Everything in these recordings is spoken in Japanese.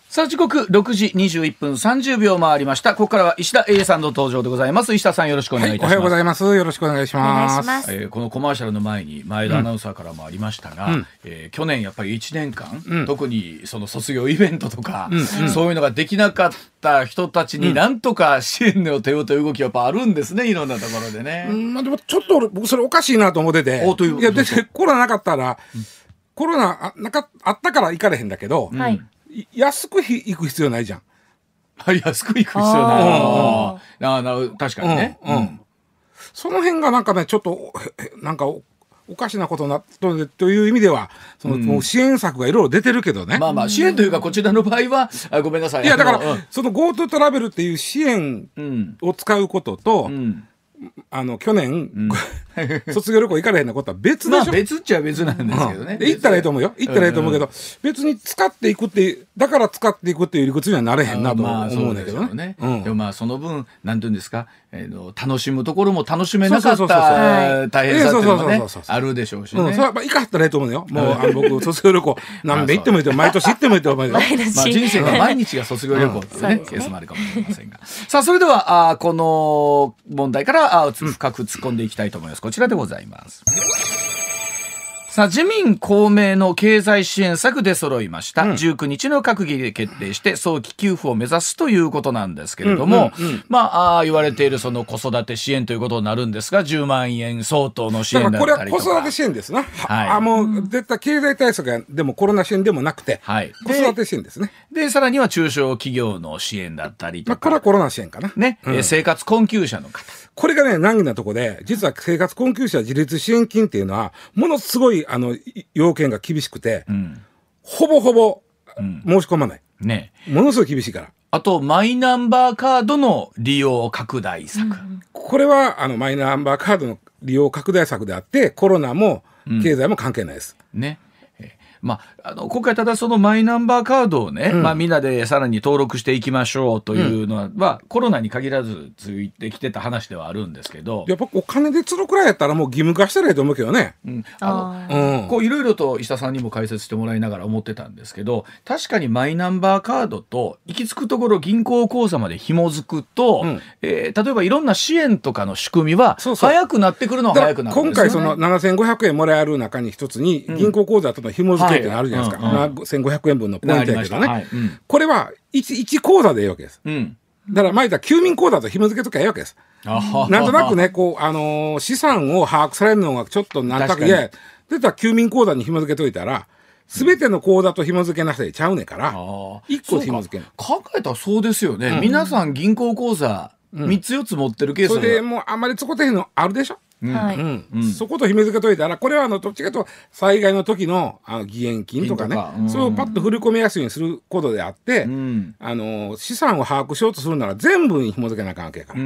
さあ時刻6時21分30秒回りました。ここからは石田英さんの登場でございます。石田さんよろしくお願いいたします。 おはようございます。よろしくお願いします。 このコマーシャルの前に前田アナウンサーからもありましたが、去年やっぱり1年間、特にその卒業イベントとか、そういうのができなかった人たちになんとか支援の手をという動きはやっぱあるんですね、いろんなところでね。 でもちょっと僕それおかしいなと思ってて、いやでコロナなかったら、コロナあったから行かれへんだけど、安く行く必要ないじゃん。 安く行く必要ない。確かにね。 その辺がなんかね、ちょっとなんかおかしなことになったのでという意味では、もう支援策がいろいろ出てるけどね。 まあ支援というかこちらの場合はごめんなさい。 いやだからその GoTo トラベルっていう支援を使うことと、去年、卒業旅行行かれへんなことは別でしょ。 別っちゃ別なんですけどね。 行ったらいいと思うよ。行ったらいいと思うけど、別に使っていくってだから使っていくっていう理屈にはなれへんなと思うんだけどね。 でもその分なんていうんですか、楽しむところも楽しめなかった大変さっていうのもねあるでしょうしね。 それは行かはったらいいと思うよ。もう僕卒業旅行何遍行ってもいいと、毎年行ってもいいと思うよ。 人生が毎日が卒業旅行っていうねケースもあるかもしれませんが。さあそれではこの問題から深く突っ込んでいきたいと思います。こちらでございます。さあ自民公明の経済支援策出揃いました。19日の閣議で決定して早期給付を目指すということなんですけれども、言われているその子育て支援ということになるんですが、10万円相当の支援だったりとか。 だからこれは子育て支援ですな。もう絶対経済対策でもコロナ支援でもなくて、子育て支援ですね。 でさらには中小企業の支援だったりとか、 これはコロナ支援かな。 ね、生活困窮者の方。 これがね、難儀なとこで、実は生活困窮者自立支援金っていうのはものすごい要件が厳しくて、ほぼほぼ申し込まない、ものすごい厳しいから。 あとマイナンバーカードの利用拡大策、 これはマイナンバーカードの利用拡大策であって、コロナも経済も関係ないです、 今回ただそのマイナンバーカードをね、みんなでさらに登録していきましょうというのは、コロナに限らずついてきてた話ではあるんですけど、 やっぱお金で釣るくらいやったらもう義務化したらいいと思うけどね。 こういろいろと石田さんにも解説してもらいながら思ってたんですけど、確かにマイナンバーカードと行き着くところ銀行口座まで紐づくと、例えばいろんな支援とかの仕組みは早くなってくるのは早くなるんですよね。 今回その7500円もらえる中に一つに銀行口座との紐づけってあるじゃないですか。1500円分のポイントやけどね、これは 1口座でいいわけです、だから前言った休眠口座と紐付けときゃいいわけです。なんとなくね、資産を把握されるのがちょっとなんとなく出たら休眠口座に紐付けといたら、全ての口座と紐付けなくてちゃうねんから、1個紐付けん。 考えたらそうですよね、皆さん銀行口座3つ4つ持ってるケースそれでもうあんまり使ってへんのあるでしょ。そこと紐付けといたら、これはどっちかというと災害の時の義援金とかね、それをパッと振り込みやすいようにすることであって、資産を把握しようとするなら全部に紐付けなあかんわけやから。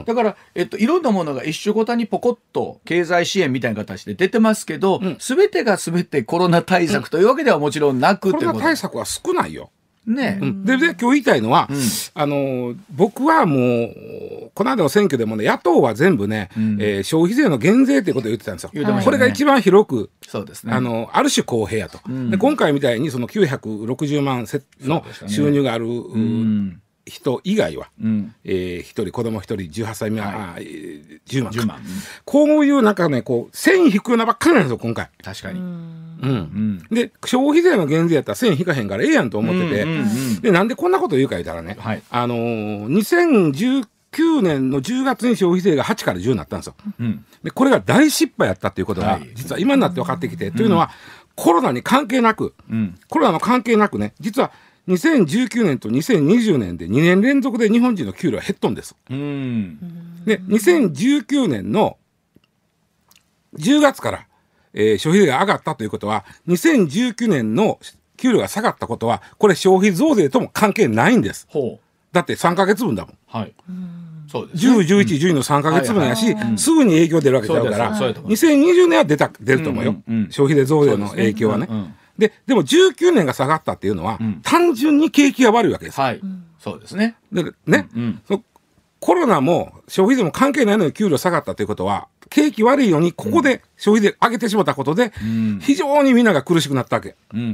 だから、いろんなものが一緒ごたにポコッと経済支援みたいな形で出てますけど、全てが全てコロナ対策というわけではもちろんなくて、 コロナ対策は少ないよ。 で今日言いたいのは、僕はもうこの間の選挙でもね、野党は全部ね、消費税の減税ということを言ってたんですよ。これが一番広く、ある種公平やと。で今回みたいにその960万の収入がある人以外は、1人子供1人18歳未満、10万か、こういうなんかね、線引くようなばっかりなんですよ今回。 確かに。 で消費税の減税やったら線引かへんからええやんと思ってて、でなんでこんなこと言うか言ったらね、2019年の10月に消費税が8から10になったんですよ。でこれが大失敗やったっていうことが、実は今になって分かってきて、というのはコロナに関係なく、コロナの関係なくね、実は2019年と2020年で2年連続で日本人の給料は減っとんです。で2019年の10月から消費税が上がったということは、2019年の給料が下がったことは、これ消費増税とも関係ないんです。だって3ヶ月分だもん。そうですね、10、11、12の3ヶ月分やし、すぐに影響出るわけちゃうから、2020年は出ると思うよ、消費税増税の影響はね。でも19年が下がったっていうのは、単純に景気が悪いわけです。 そうですね。 コロナも消費税も関係ないのに給料下がったということは、景気悪いようにここで消費税上げてしまったことで、非常にみんなが苦しくなったわけ。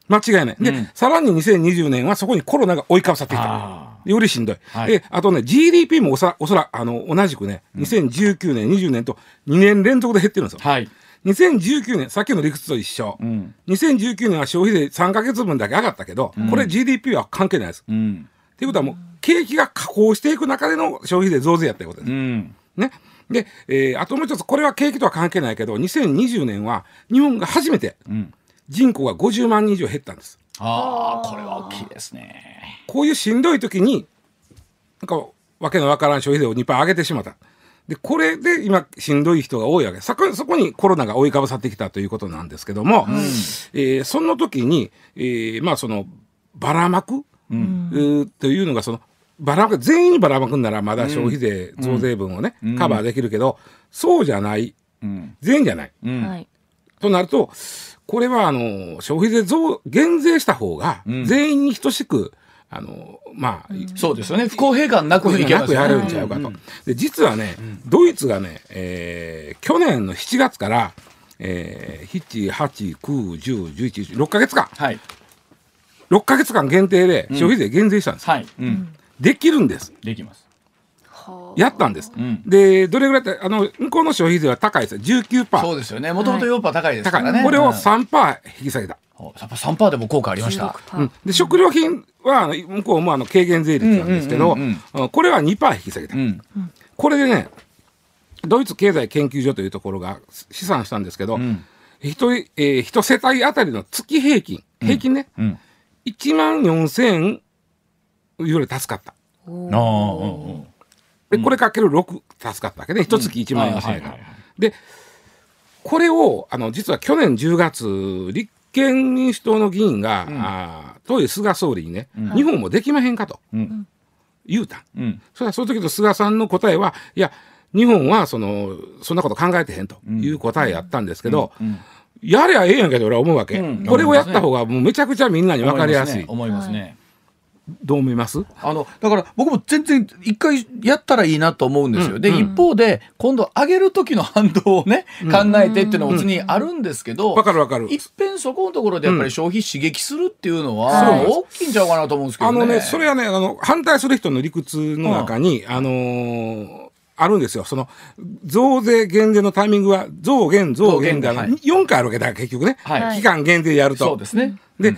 間違いない。で、さらに2020年はそこにコロナが追いかぶさってきた。よりしんどい。で、あとね、GDP もおそら同じくね、2019年、20年と2年連続で減ってるんですよ。2019年、さっきの理屈と一緒。2019年は消費税3ヶ月分だけ上がったけど、これ GDP は関係ないです。っていうことはもう、景気が下降していく中での消費税増税やったいうことです。ね。で、あともう一つ、これは景気とは関係ないけど、2020年は日本が初めて人口が50万人以上減ったんです。 これは大きいですね。 こういうしんどい時に、なんか、わけのわからん消費税を 2% 上げてしまった。で、これで今、しんどい人が多いわけ。そこにコロナが追いかぶさってきたということなんですけども、その時に、まあ、その、ばらまく、というのが、その、全員にばらまくんならまだ消費税、増税分をね、カバーできるけど、そうじゃない。全員じゃない。となると、これは消費税減税した方が、全員に等しく、まあ、 そうですよね。不公平感なくいけますよね。 やるんちゃうかと。で、実はね、ドイツがね、去年の7月から、7、8、9、10、11、6ヶ月間。6ヶ月間限定で消費税減税したんです。できるんです。 できます。 やったんです。で、どれぐらいって、向こうの消費税は高いですよ。19%。 そうですよね。もともとヨーロッパ高いですからね。 これを 3% 引き下げた。 やっぱ 3% でも効果ありました。 で、食料品は向こうも軽減税率なんですけど、これは 2% 引き下げた。これでね、ドイツ経済研究所というところが試算したんですけど、一世帯あたりの月平均ね、14,000より助かった。で、これかける6助かったわけで、一月14,000円。で、これを、実は去年10月、立憲民主党の議員が、当時菅総理にね、日本もできまへんかと、言うた。その時と菅さんの答えは、いや、日本はそんなこと考えてへんという答えやったんですけど、やればええやんけど俺は思うわけ。これをやった方がもうめちゃくちゃみんなに分かりやすい。 思いますね。 どう思います？ だから僕も全然一回やったらいいなと思うんですよ。で、一方で今度上げる時の反動をね、考えてっていうのも別にあるんですけど、 わかるわかる。 一遍そこのところでやっぱり消費刺激するっていうのは大きいんちゃうかなと思うんですけどね。 それはね、反対する人の理屈の中に、あるんですよ。その、増税減税のタイミングは、増減が4回あるわけだから結局ね。期間限定でやると。 そうですね。 で、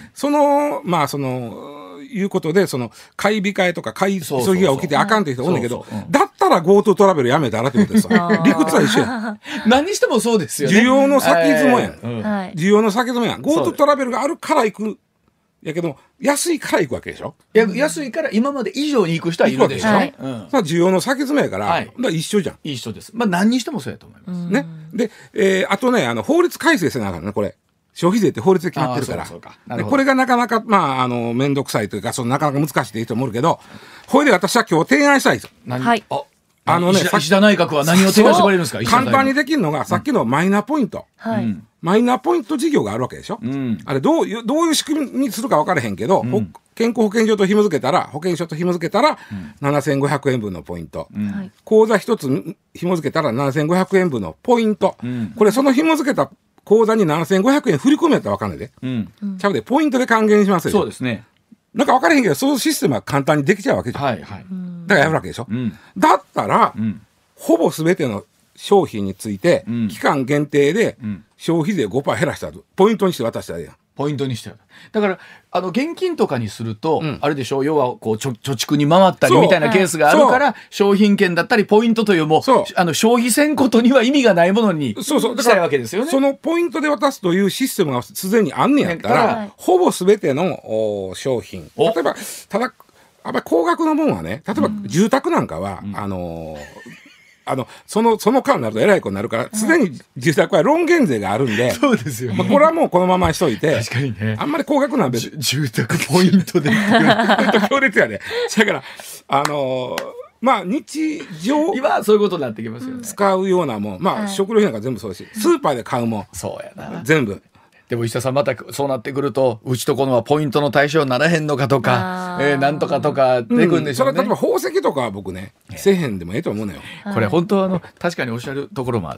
いうことで、買い控えとか買い急ぎが起きてあかんって人多いんだけど、だったら GoTo トラベルやめたらってことですよ。理屈は一緒や。 何にしてもそうですよね。 需要の先詰めやん。需要の先詰めやん。GoTo トラベルがあるから行く。やけど、安いから行くわけでしょ。 安いから今まで以上に行く人はいるでしょ。 需要の先詰めやから、一緒じゃん。 一緒です。まあ何にしてもそうやと思います。 ね。で、あとね、法律改正せなあかんね、これ。消費税って法律で決まってるから。これがなかなか、めんどくさいというか、なかなか難しいという人もおるけど、これで私は今日提案したいです。 はい。石田内閣は何を提案してくれるんですか？ 簡単にできるのが、さっきのマイナポイント。マイナポイント事業があるわけでしょ。あれ、どういう仕組みにするか分からへんけど、健康保険証と紐付けたら、7500円分のポイント。口座一つ紐付けたら7500円分のポイント。これ、その紐付けた口座に7500円振り込みやったら分かんないで。ちゃうで、ポイントで還元しますよ。 そうですね。 なんか分からへんけど、そのシステムは簡単にできちゃうわけじゃん。だからやるわけでしょ。だったら、ほぼ全ての商品について、期間限定で消費税 5% 減らしたら、ポイントにして渡したらいいやん。 ポイントにしてだから現金とかにすると、あれでしょう、要はこう貯蓄に回ったりみたいなケースがあるから、商品券だったりポイントというも消費せんことには意味がないものにしたいわけですよね。 そのポイントで渡すというシステムがすでにあんねやったら、ほぼ全ての商品、例えばただやっぱり高額のものはね、例えば住宅なんかは、その間になるとえらいことになるから、すでに住宅は論減税があるんで、 そうですよね。 これはもうこのまましといて、 確かにね。 あんまり高額な住宅ポイントで。 強烈やね。だから、日常。 今そういうことになってきますよね。 使うようなもん。食料品なんか全部そうだし、スーパーで買うもん。 そうやな。 全部。 でも石田さんまたそうなってくると、うちとこのはポイントの対象にならへんのかとか、なんとかとか出てくるんでしょうね。 それは例えば宝石とかは僕ね、 せえへんでもええと思うのよ。 これ本当は確かにおっしゃるところもあって、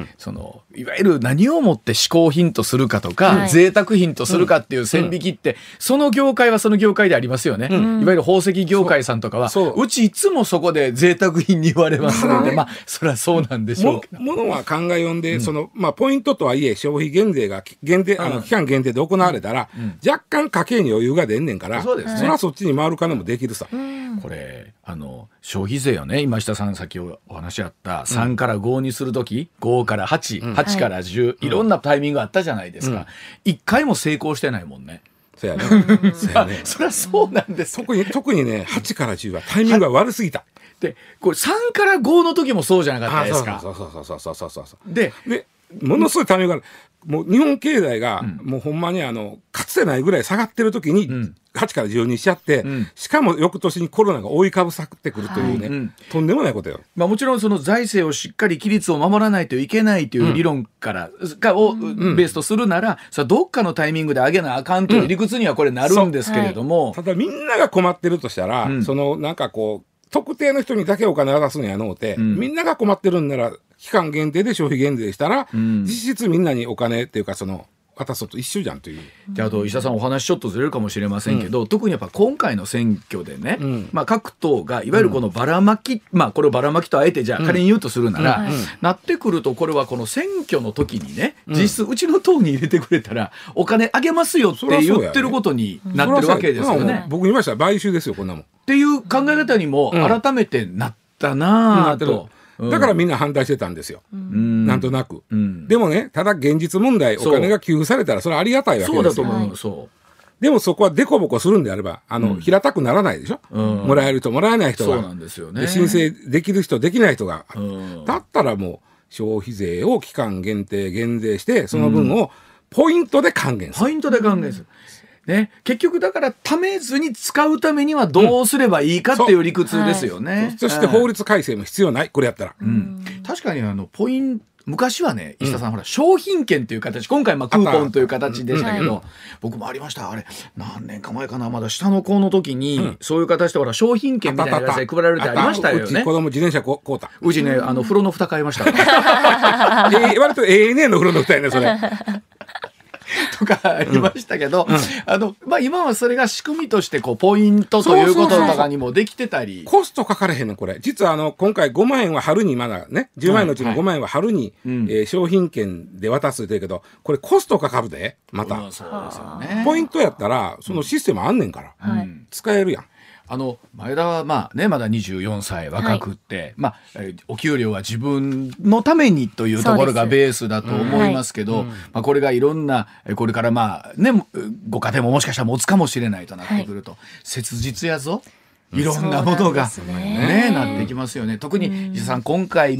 いわゆる何をもって嗜好品とするかとか、贅沢品とするかっていう線引きって、その業界はその業界でありますよね。いわゆる宝石業界さんとかは、うちいつもそこで贅沢品に言われますので、それはそうなんでしょうけど。 ものは考え読んで、ポイントとはいえ消費減税が期間限定で行われたら、若干家計に余裕が出んねんから、それはそっちに回る金もできるさ。 これ消費税をね、今下さん先お話あった3から5にするとき、5から8、8から10、いろんなタイミングあったじゃないですか。1回も成功してないもんね。 そうやね。 そりゃそうなんです。 特にね、8から10はタイミングが悪すぎた。 で、これ3から5の時もそうじゃなかったですか。 そうで、ものすごいタイミングがもう日本経済がもうほんまにかつてないぐらい下がってる時に8から10にしちゃって、しかも翌年にコロナが覆いかぶさってくるというね、とんでもないことよ。 もちろんその財政をしっかり規律を守らないといけないという理論からをベースとするなら、それはどっかのタイミングで上げなあかんという理屈にはこれなるんですけれども、 ただみんなが困ってるとしたら、なんかこう特定の人にだけお金渡すのやのうて、みんなが困ってるんなら期間限定で消費減税したら、実質みんなにお金っていうか渡すと一緒じゃんという。 で、あと石田さんお話ちょっとずれるかもしれませんけど、特にやっぱ今回の選挙でね、各党がいわゆるこのばらまき、これをばらまきとあえてじゃあ仮に言うとするなら、なってくるとこれはこの選挙の時にね、実質うちの党に入れてくれたらお金あげますよって言ってることになってるわけですよね。 僕言いました、買収ですよこんなもんっていう考え方にも改めてなったなぁと。 だからみんな反対してたんですよ、なんとなく、でもね、ただ現実問題、お金が給付されたらそれはありがたいわけですよ。 そうだと思う。そうでもそこはデコボコするんであれば平たくならないでしょ、もらえる人もらえない人が、 そうなんですよね。 で申請できる人できない人が、だったらもう消費税を期間限定減税してその分をポイントで還元する、 ポイントで還元する、ね、結局だから貯めずに使うためにはどうすればいいかっていう理屈ですよね。 そして法律改正も必要ない、これやったら。 確かに昔はね、石田さん、ほら商品券という形、今回クーポンという形でしたけど、僕もありました。あれ何年か前かな、まだ下の子の時に、そういう形でほら商品券みたいなやつで配られてありましたよね。 うち子供自転車買うた。 うちね、風呂の蓋買いました。 割とANA の風呂の蓋やねそれ。 とかありましたけど、今はそれが仕組みとしてポイントということとかにもできてたり、 コストかかれへんのこれ。実は今回5万円は春にまだね、10万円のうちの5万円は春に、商品券で渡すというけど、これコストかかるでまた、 そうですよね。 ポイントやったらそのシステムあんねんから、使えるやん。 前田はまだ24歳若くって、お給料は自分のためにというところがベースだと思いますけど、これがいろんなこれからご家庭ももしかしたら持つかもしれないとなってくると、切実やぞ。いろんなものがなってきますよね。特に石田さん今回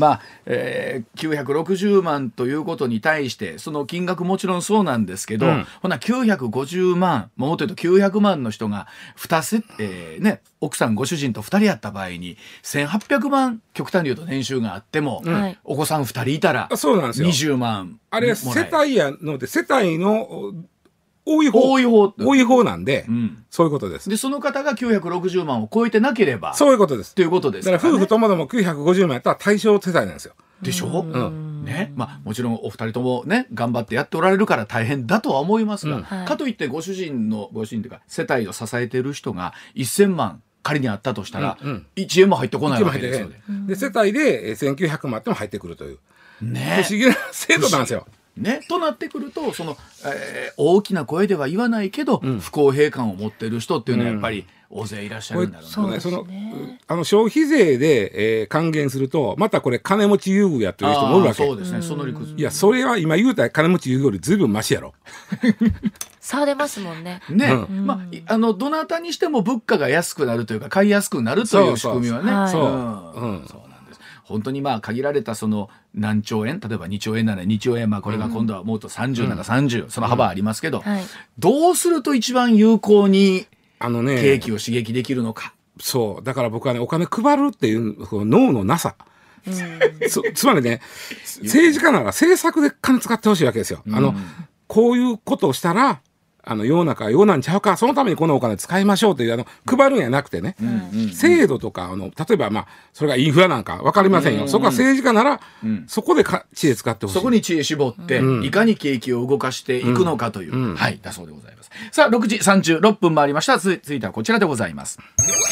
960万ということに対してその金額もちろんそうなんですけど、ほな950万もっと言うと900万の人が奥さんご主人と2人やった場合に1800万極端に言うと年収があっても、お子さん2人いたら20万あれ世帯やので世帯の多い方なんで、そういうことです。 でその方が960万を超えてなければそういうことですということですから、ね、だから夫婦ともども950万やったら対象世帯なんですよ。 でしょ、ね、もちろんお二人ともね頑張ってやっておられるから大変だとは思いますが、かといってご主人というか世帯を支えている人が1000万仮にあったとしたら、1円も入ってこないわけですよね。 で世帯で1900万あっても入ってくるという、不思議な制度なんですよ。 となってくると大きな声では言わないけど、不公平感を持っている人っていうのはやっぱり大勢いらっしゃるんだろうね。 消費税で、還元するとまたこれ金持ち優遇やという人もおるわけ。 そうですね、その理屈。 いやそれは今言うたら金持ち優遇よりずいぶんマシやろ。 差出ますもんね。 どなたにしても物価が安くなるというか買いやすくなるという仕組みはね。そうなんです。本当に限られた何兆円、例えば2兆円なら2兆円、これが今度はもっと30なら30、その幅ありますけど、どうすると一番有効に景気を刺激できるのか。 そうだから僕はね、お金配るっていう脳のなさ、つまりね、政治家なら政策で金使ってほしいわけですよ。こういうことをしたら世の中はようなんちゃうか、そのためにこのお金使いましょうという配るんやなくてね、制度とか例えばそれがインフラなんか分かりませんよ、そこは政治家なら、そこで知恵使ってほしい。 そこに知恵絞って、いかに景気を動かしていくのかという、はい、だそうでございます。さあ6時36分回りました。続いてはこちらでございます。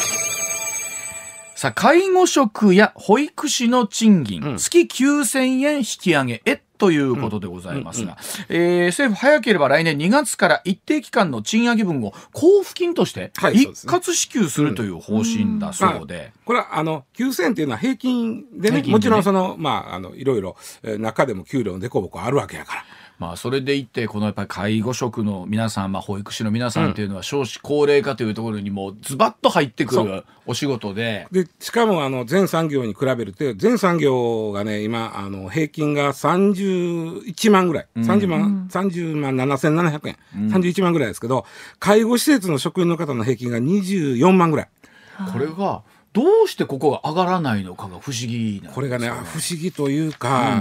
さあ、介護職や保育士の賃金、月9000円引き上げへということでございますが、政府早ければ来年2月から一定期間の賃上げ分を交付金として一括支給するという方針だそうで、 これは9000円っていうのは平均でね、もちろんいろいろ中でも給料のデコボコあるわけやから。 それでいってこのやっぱり介護職の皆さん、保育士の皆さんっていうのは少子高齢化というところにもうズバッと入ってくるお仕事で、 しかも全産業に比べると全産業がね今平均が31万ぐらい、30万7700円、31万ぐらいですけど、介護施設の職員の方の平均が24万ぐらい。 これがどうしてここが上がらないのかが不思議なんですよね。 これがね不思議というか、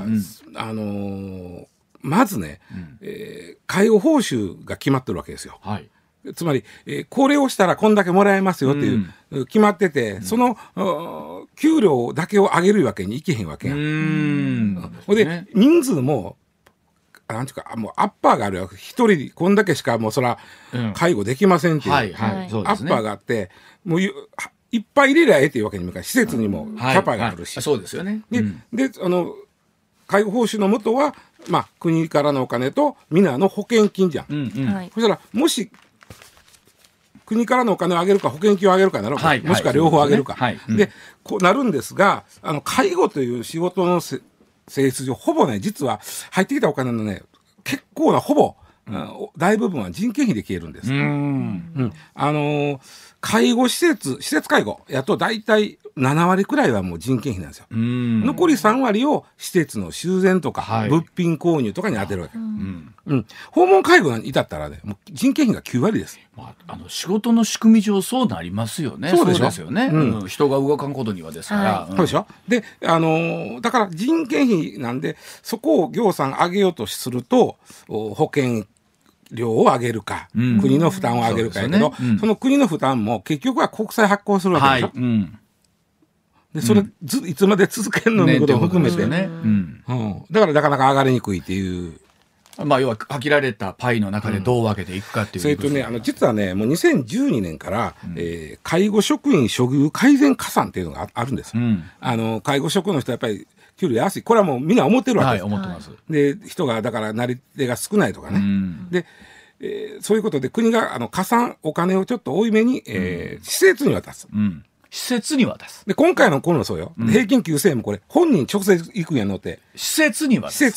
まずね、介護報酬が決まってるわけですよ。はい、つまり、これをしたらこんだけもらえますよっていう、決まってて、その給料だけを上げるわけにいけへんわけや。で人数もなんていうかもうアッパーがあるよ。一人こんだけしかもうそら介護できませんっていう、アッパーがあって、もういっぱい入れりゃええっていうわけにもいかない。施設にもキャパがあるし、 そうですよね。 で介護報酬の元は、国からのお金と皆の保険金じゃん。そしたらもし国からのお金を上げるか保険金を上げるかなのか、もしくは両方上げるか、でこうなるんですが、介護という仕事の性質上ほぼね実は入ってきたお金のね結構なほぼ、大部分は人件費で消えるんです。介護施設介護やと大体7割くらいはもう人件費なんですよ。残り3割を施設の修繕とか、物品購入とかに充てるわけ。訪問介護に至ったらねもう人件費が9割です。 仕事の仕組み上そうなりますよね。そうですよね。人が動かんことにはですから。 そうでしょ。でだから人件費なんでそこを業さん上げようとすると保険料を上げるか、国の負担を上げるかやけど、その国の負担も結局は国債発行するわけでしょ。でそれいつまで続けるのいうことを含めて、だからなかなか上がりにくいっていう。 要は限られたパイの中でどう分けていくかっていう、 それとね実はねもう2012年から、介護職員処遇改善加算っていうのがあるんです。介護職の人はやっぱり給料安い、これはもうみんな思ってるわけです。 思ってます。 で人がだからなり手が少ないとかね、で、そういうことで国が加算お金をちょっと多いめに、施設に渡す。 施設に渡す。 で今回のこのそうよ、平均9000円もこれ本人直接行くんやのって施設に渡す。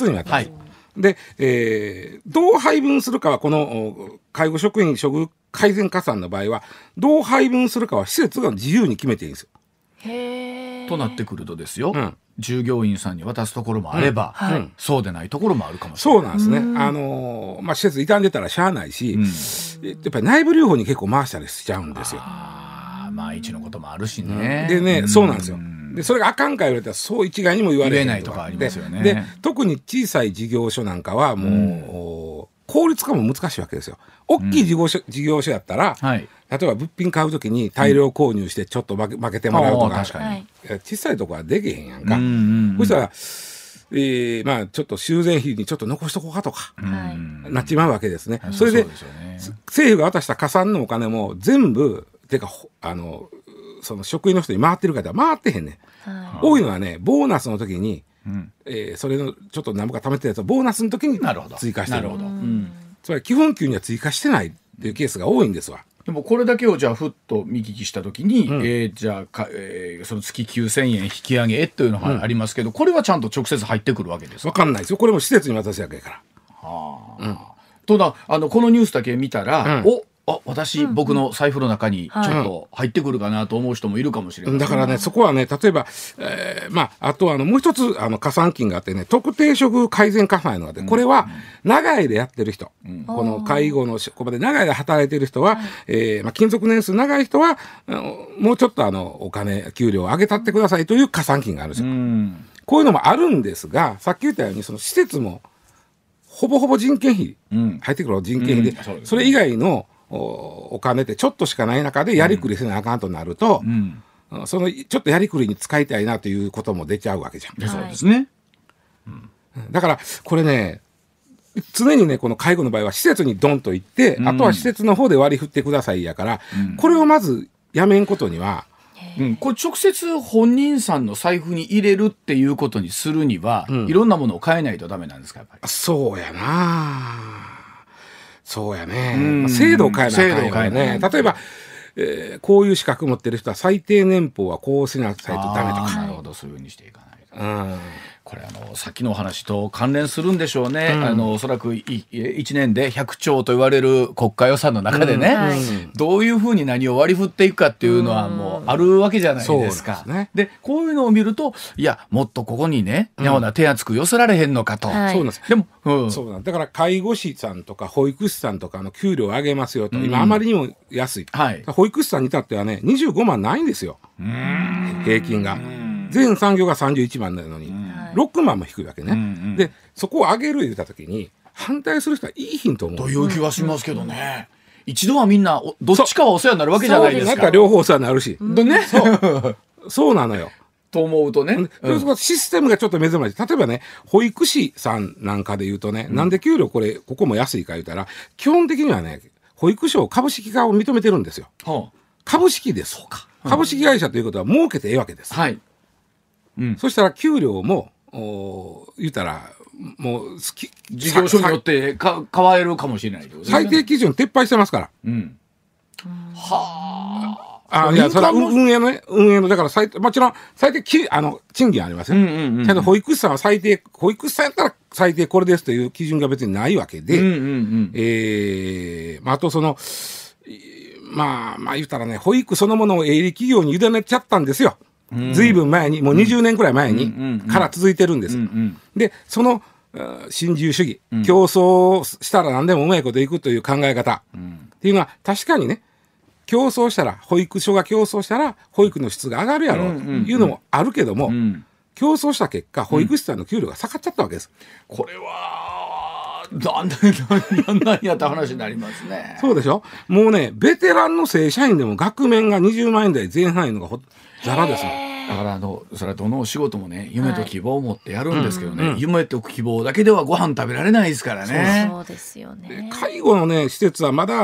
で、どう配分するかはこの介護職員処遇改善加算の場合はどう配分するかは施設が自由に決めていいんですよ。 となってくるとですよ、従業員さんに渡すところもあれば、そうでないところもあるかもしれない。 そうなんですね。施設傷んでたらしゃあないし、やっぱり内部留保に結構回したりしちゃうんですよ。 万一のこともあるしね。 でね、そうなんですよ。でそれがあかんか言われたらそう一概にも言われないとかありますよね。 で特に小さい事業所なんかはもう、効率化も難しいわけですよ。大きい事業所やったら、例えば物品買うときに大量購入してちょっと負けてもらうとか、小さいとこはできへんやんか。そしたら、ちょっと修繕費にちょっと残しとこうかとか、なっちまうわけですね。それで政府が渡した加算のお金も全部その職員の人に回ってる方は回ってへんねん。多いのはねボーナスの時に、それのちょっと何ぼか貯めてたやつをボーナスの時に追加してる。つまり基本給には追加してないっていうケースが多いんですわ。 でもこれだけをじゃあふっと見聞きした時に、じゃあその月9000円引き上げというのがありますけど、これはちゃんと直接入ってくるわけですか？ 分かんないですよ。これも施設に渡すわけやから。 このニュースだけ見たら、僕の財布の中にちょっと入ってくるかなと思う人もいるかもしれない。 だからねそこはね例えば、あともう一つ加算金があってね特定処遇改善加算があって、これは長いでやってる人、この介護のここまで長いで働いてる人は、勤続年数長い人はもうちょっとお金給料を上げたってくださいという加算金があるんですよ。こういうのもあるんですが、さっき言ったようにその施設もほぼほぼ人件費、入ってくる人件費で、それ以外のお金ってちょっとしかない中でやりくりせなあかんとなると、そのちょっとやりくりに使いたいなということも出ちゃうわけじゃん。 そうですね。 だからこれね、常にね、この介護の場合は施設にドンと行って、あとは施設の方で割り振ってくださいやから、これをまずやめんことには、 これ直接本人さんの財布に入れるっていうことにするには、いろんなものを変えないとダメなんですか、やっぱり。 そうやな、そうやね、制度を変えないとね。例えば、こういう資格持ってる人は最低年俸はこうしなさいとダメとか。 なるほど、そういうふうにしていかないと。これさっきのお話と関連するんでしょうね。おそらく1年で100兆と言われる国家予算の中でね、どういうふうに何を割り振っていくかっていうのはもうあるわけじゃないですか。でこういうのを見ると、いやもっとここにね、手厚く寄せられへんのかと。そうなんです。でも、そうなんだから、介護士さんとか保育士さんとかの給料を上げますよと、今あまりにも安い、保育士さんに至ってはね25万ないんですよ、平均が。全産業が31万なのに、6万も低いわけね。でそこを上げる言った時に反対する人はいいヒント思うという気はしますけどね。一度はみんなどっちかはお世話になるわけじゃないですか。 なんか両方お世話になるし、そうなのよ。 と思うとね、 システムがちょっと目覚ましい。例えばね、保育士さんなんかで言うとね、なんで給料ここも安いか言うたら、基本的にはね、保育所株式化を認めてるんですよ。株式です。株式会社ということは儲けてええわけです。そしたら給料も言ったらもう事業所によって変わるかもしれないけど、 最低基準撤廃してますから。いや、それは運営のだからもちろん最低賃金ありますよ。ちゃんと保育士さんは保育士さんやったら最低これですという基準が別にないわけで、あと言ったらね、保育そのものを営利企業に委ねちゃったんですよ。ずいぶん前に、もう20年くらい前にから続いてるんです。でその新自由主義、競争したら何でもうまいこといくという考え方っていうのは確かにね、競争したら保育所が競争したら保育の質が上がるやろうというのもあるけども、競争した結果保育士さんの給料が下がっちゃったわけです。 これはなんやった話になりますね。 そうでしょ。もうね、ベテランの正社員でも額面が20万円台前半いうのがザラですね。 だからそれはどのお仕事もね、夢と希望を持ってやるんですけどね、夢と希望だけではご飯食べられないですからね。 そうですよね。 介護のね施設はまだ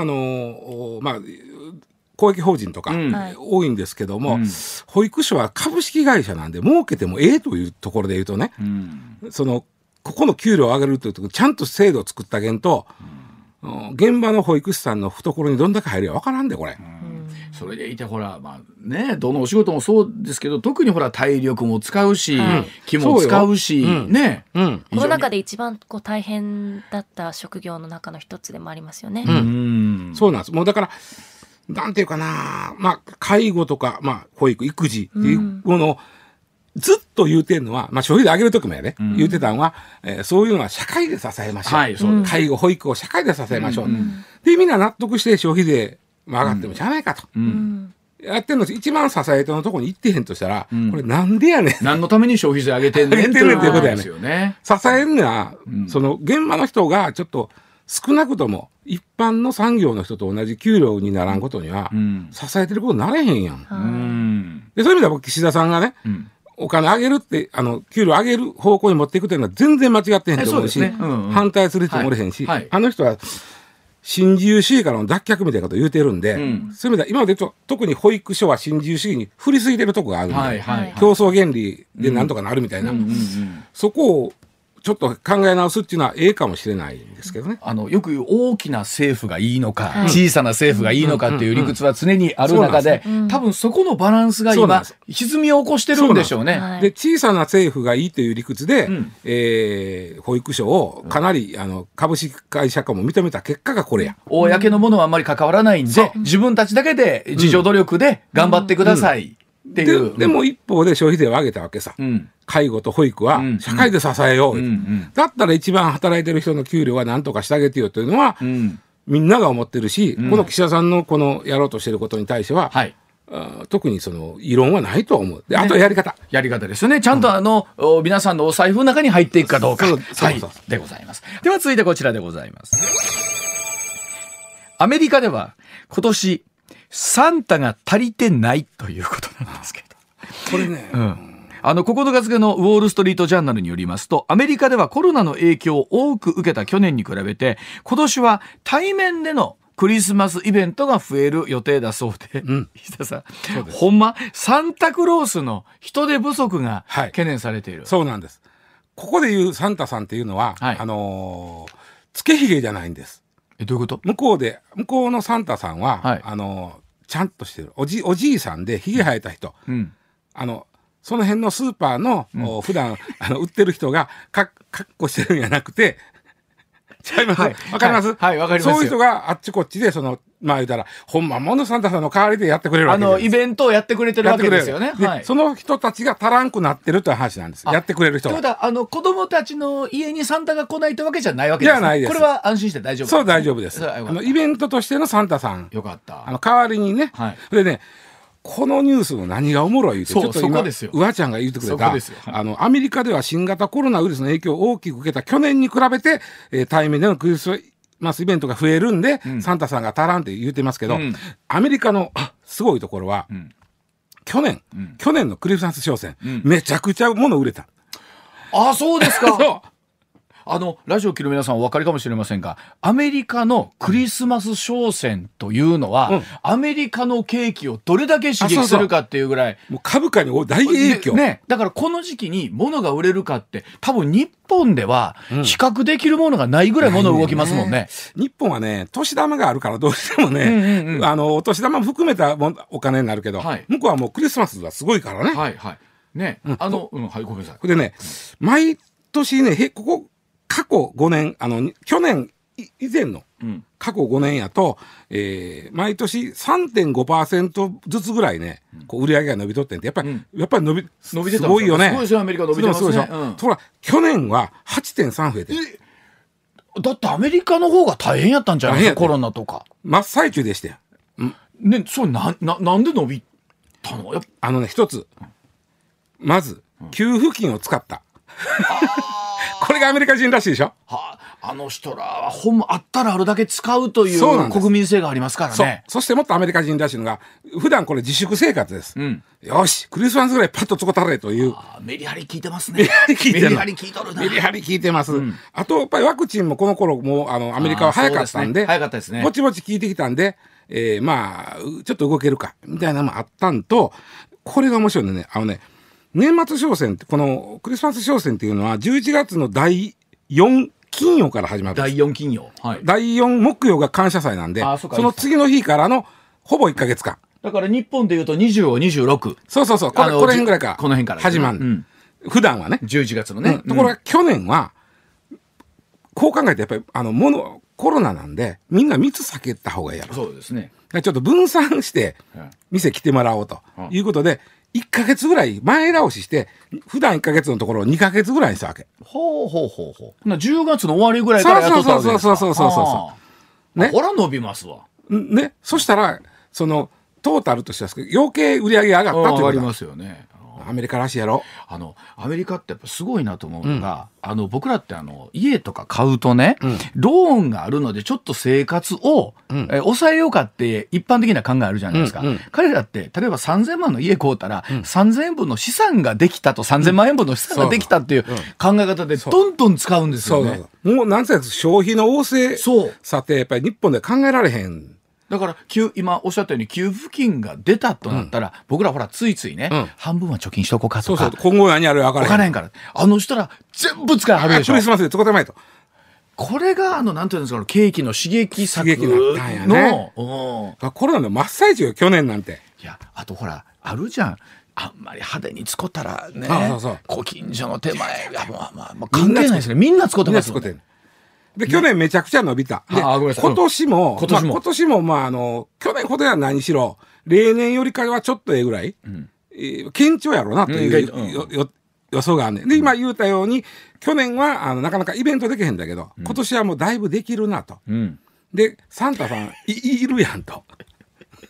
公益法人とか多いんですけども、保育所は株式会社なんで儲けてもええというところで言うとね、ここの給料を上げるというところちゃんと制度を作ってあげんと、現場の保育士さんの懐にどんだけ入るか分からんでこれ。 それでいてほら、どのお仕事もそうですけど、特にほら体力も使うし、気も使うしね。 この中で一番大変だった職業の中の一つでもありますよね。 そうなんです。もうだからなんていうかな、介護とか、保育育児っていうものをずっと言うてるのは、消費税上げるときもやね、言うてたのは、そういうのは社会で支えましょう。介護保育を社会で支えましょう。でみんな納得して消費税上がってもしゃあないかと。やってんの一番支え手のところに行ってへんとしたら、これなんでやねん。 何のために消費税上げてんねんっていうことですよね。 支えるのは、その現場の人がちょっと少なくとも一般の産業の人と同じ給料にならんことには、支えてることになれへんやん。でそういう意味では岸田さんがね、お金上げるって給料上げる方向に持っていくというのは全然間違ってへんと思うし、反対する人もおれへんし、あの人は新自由主義からの脱却みたいなことを言うてるんで、そういう意味では今まで特に保育所は新自由主義に振りすぎてるとこがあるんで、競争原理でなんとかなるみたいな、そこをちょっと考え直すっていうのはええかもしれないんですけどね。 よく言う大きな政府がいいのか、小さな政府がいいのかっていう理屈は常にある中で、多分そこのバランスが今歪みを起こしてるんでしょうね。 で小さな政府がいいという理屈で、保育所をかなり株式会社化も認めた結果がこれや。 公のものはあんまり関わらないんで、自分たちだけで自助努力で頑張ってくださいっていう。 でも一方で消費税を上げたわけさ。介護と保育は社会で支えよう、だったら一番働いてる人の給料は何とかしてあげてよというのは、みんなが思ってるし、この岸田さんのこのやろうとしてることに対しては、 特にその異論はないと思う。で、あとはやり方。 やり方ですよね。ちゃんと皆さんのお財布の中に入っていくかどうか。はい。でございます。では続いてこちらでございます。アメリカでは今年サンタが足りてないということなんですけど。 これね。 9日付のウォールストリートジャーナルによりますと、アメリカではコロナの影響を多く受けた去年に比べて、今年は対面でのクリスマスイベントが増える予定だそうで、石田さん、ほんまサンタクロースの人手不足が懸念されている、 そうなんです。ここでいうサンタさんっていうのは、つけひげじゃないんです。 どういうこと？ 向こうのサンタさんは、ちゃんとしてるおじいさんでひげ生えた人、その辺のスーパーの、普段売ってる人がかっこしてるんじゃなくて、ちゃいます。わかります？ はい、わかります。 そういう人があっちこっちで言うたらほんまものサンタさんの代わりでやってくれるわけです。 イベントをやってくれてるわけですよね。 で、その人たちが足らんくなってるという話なんです。やってくれる人が。 ということは子供たちの家にサンタが来ないというわけじゃないわけですね。 じゃないです。 これは安心して大丈夫です。 そう、大丈夫です。イベントとしてのサンタさん。 よかった。 代わりにね。でね、このニュースの何がおもろいってちょっと今うわちゃんが言ってくれた、アメリカでは新型コロナウイルスの影響を大きく受けた去年に比べて、対面でのクリスマスイベントが増えるんで、サンタさんが足らんって言ってますけど、アメリカのすごいところは、去年のクリスマス商戦、めちゃくちゃ物売れた。 あ、そうですか。 そう。 ラジオを聞る皆さんお分かりかもしれませんが、アメリカのクリスマス商戦というのは、アメリカの景気をどれだけ刺激するかっていうぐらい、 もう株価に大影響。 ね。だからこの時期に物が売れるかって、多分日本では比較できるものがないぐらい物動きますもんね。 日本はね、年玉があるからどうしてもね、お年玉も含めたお金になるけど、向こうはもうクリスマスはすごいからね。 はいはい。ね。はい、ごめんなさい。 でね、毎年ね、過去5年、去年以前の過去5年やと、毎年 3.5% ずつぐらいね、売り上げが伸びとってんて、やっぱり伸びてすごいよね。 すごいですよ、アメリカ伸びてますね。 ほら、去年は 8.3 増えてる。 だってアメリカの方が大変やったんじゃないですか、コロナとか。 真っ最中でしたよ。 ね、それなんで伸びたの？ 一つ。まず、給付金を使った。これがアメリカ人らしいでしょ。 あの人らはほんまあったらあるだけ使うという国民性がありますからね。 そしてもっとアメリカ人らしいのが、普段これ自粛生活です。よし、クリスマスぐらいパッと使ったれという。 メリハリ効いてますね。メリハリ効いとるな。 メリハリ効いてます。あと、やっぱりワクチンもこの頃もアメリカは早かったんで、 早かったですね。 ぼちぼち効いてきたんで、まあ、ちょっと動けるか、みたいなのもあったんと、これが面白いのね。年末商戦って、このクリスマス商戦っていうのは、11月の第4金曜から始まる。 第4金曜。 はい。第4木曜が感謝祭なんで、その次の日からのほぼ1ヶ月間。 だから日本でいうと20を26。 そう。この辺ぐらいから。 この辺から。 始まる。普段はね。 11月のね。 ところが去年は、こう考えてやっぱり、コロナなんで、みんな密避けた方がいいやろ。 そうですね。 ちょっと分散して、店来てもらおうということで、1ヶ月ぐらい前倒しして、普段1ヶ月のところを2ヶ月ぐらいにしたわけ。 ほう。10月の終わりぐらいからやっとったわけですか。 そう。 ね。ほら伸びますわ。 ね。そしたら、トータルとしては余計売り上げ上がったということ。 上がりますよね。 アメリカらしいやろ。 アメリカってやっぱすごいなと思うのが、僕らって家とか買うとね、ローンがあるのでちょっと生活を、抑えようかって一般的な考えあるじゃないですか。彼らって例えば3000万の家買うたら、3000円分の資産ができたと、3000万円分の資産ができたっていう考え方でどんどん使うんですよね。 もうなんせ消費の旺盛さってやっぱり日本で考えられへん。 だから今おっしゃったように給付金が出たとなったら、僕らほらついついね、半分は貯金しとこうかとか。 そう。今後何やるか分からへん。 から。人ら全部使いはるでしょ。 クリスマスで使ってまいと。 これがなんていうんですか、景気の刺激策の、コロナの真っ最中よ、去年なんて。 いや、あとほら、あるじゃん。あんまり派手に使ったらね、ご近所の手前、まあ関係ないですね。みんな使ってますよね。 で、去年めちゃくちゃ伸びた。で、今年も、去年ほどは何しろ、例年よりかはちょっとぐらい、堅調やろうなという予想があるねん。で、今言うたように、去年はなかなかイベントできへんだけど、今年はもうだいぶできるなと。で、サンタさんいるやんと。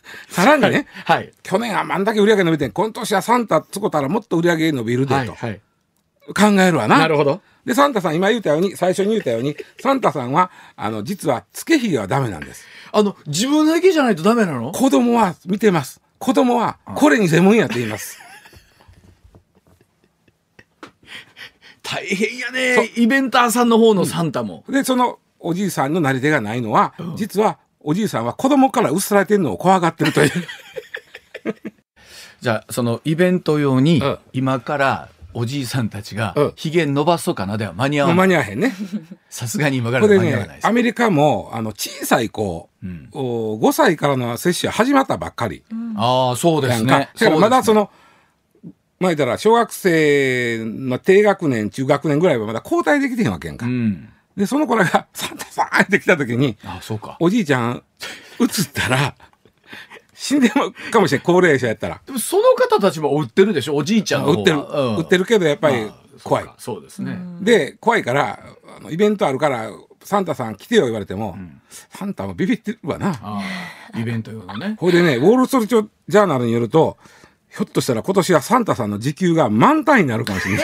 さらにね、 はい、 去年はあんだけ売り上げ伸びてん、今年はサンタつこたらもっと売り上げ伸びるでと、 はい、 考えるわな。 なるほど。 で、サンタさん、今言うたように、最初に言うたように、サンタさんは、実は、つけひげはダメなんです。 自分だけじゃないとダメなの？ 子供は見てます。子供は、これに専門やって言います。 大変やね。イベンターさんの方のサンタも。 で、その、おじいさんのなり手がないのは、実は、おじいさんは子供から薄られてるのを怖がってるという。 じゃあ、そのイベント用に、今から、おじいさんたちがひげ伸ばそうかなでは間に合わない。 間に合わへんね。 さすがに今から間に合わないです。 アメリカも小さい子、5歳からの接種始まったばっかり。 ああ、そうですね。だからまだその、まあ言ったら小学生の低学年、中学年ぐらいはまだ交代できてへんわけやんか。で、その子らがサンタさんって来た時に、おじいちゃん移ったら、死んでもかもしれん、高齢者やったら。 でもその方たちも売ってるでしょ、おじいちゃんの方は。 売ってるけどやっぱり怖い。 そうですね。 で、怖いから、イベントあるから、サンタさん来てよ言われても、サンタもビビってるわな。 イベント用のね。 ほいでね、ウォール・ストリート・ジャーナルによると、ひょっとしたら今年はサンタさんの時給が満タンになるかもしれない。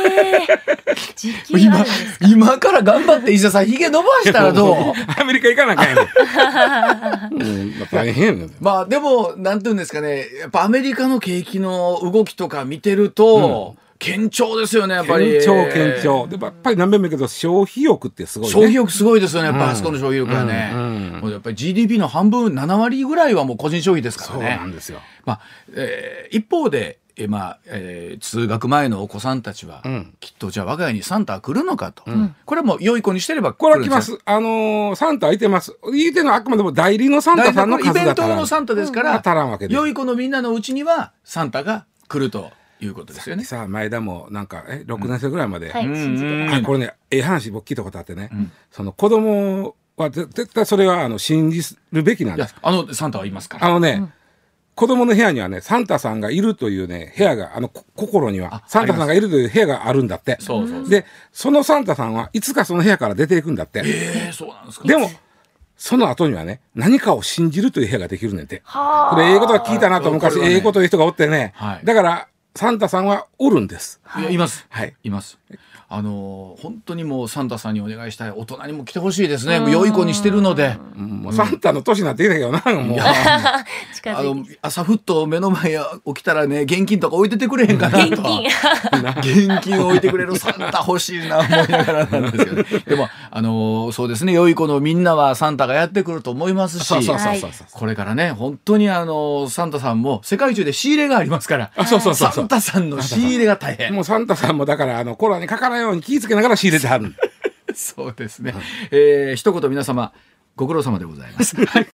今から頑張って伊沢さんひげ伸ばしたらどう？ アメリカ行かなきゃいけない。大変やね。 まあでもなんていうんですかね、やっぱアメリカの景気の動きとか見てると、堅調ですよね、やっぱり。 堅調。でもやっぱり何遍も言うけど消費欲ってすごいね。 消費欲すごいですよね、やっぱあそこの消費欲はね。もうやっぱり GDP の半分7割ぐらいはもう個人消費ですからね。 そうなんですよ。 まあ一方で通学前のお子さんたちは、きっとじゃあ我が家にサンタは来るのかと、これはもう良い子にしてればこれは来ます。サンタはいてます。言うてるのはあくまでも代理のサンタさんの数だから、 イベントのサンタですから、 当たらんわけで、 良い子のみんなのうちにはサンタが来るということですよね。 さあ前田もなんか6年生ぐらいまで、 信じてこれね話僕聞いたことあってね、その子供は絶対それは信じるべきなんです。 サンタはいますから。 子供の部屋にはね、サンタさんがいるというね、部屋が、心には、サンタさんがいるという部屋があるんだって。で、そのサンタさんはいつかその部屋から出ていくんだって。 そうなんですか。 でも、その後にはね、何かを信じるという部屋ができるねんて。これ、ことは聞いたなと昔、こという人がおってね。だから、サンタさんはおるんです。 います。 はい。 います。本当にもうサンタさんにお願いしたい。大人にも来てほしいですね。良い子にしてるので。 もうサンタの年になってきたけどな、もう。 朝ふっと目の前起きたらね、現金とか置いててくれへんかなと。現金置いてくれるサンタ欲しいな思いながらなんですけど。でも、そうですね、良い子のみんなはサンタがやってくると思いますし、これからね、本当にサンタさんも世界中で仕入れがありますから、サンタさんの仕入れが大変。 もうサンタさんもだから、コロナにかからないように気ぃつけながら仕入れてはる。 そうですね。一言皆様ご苦労様でございます。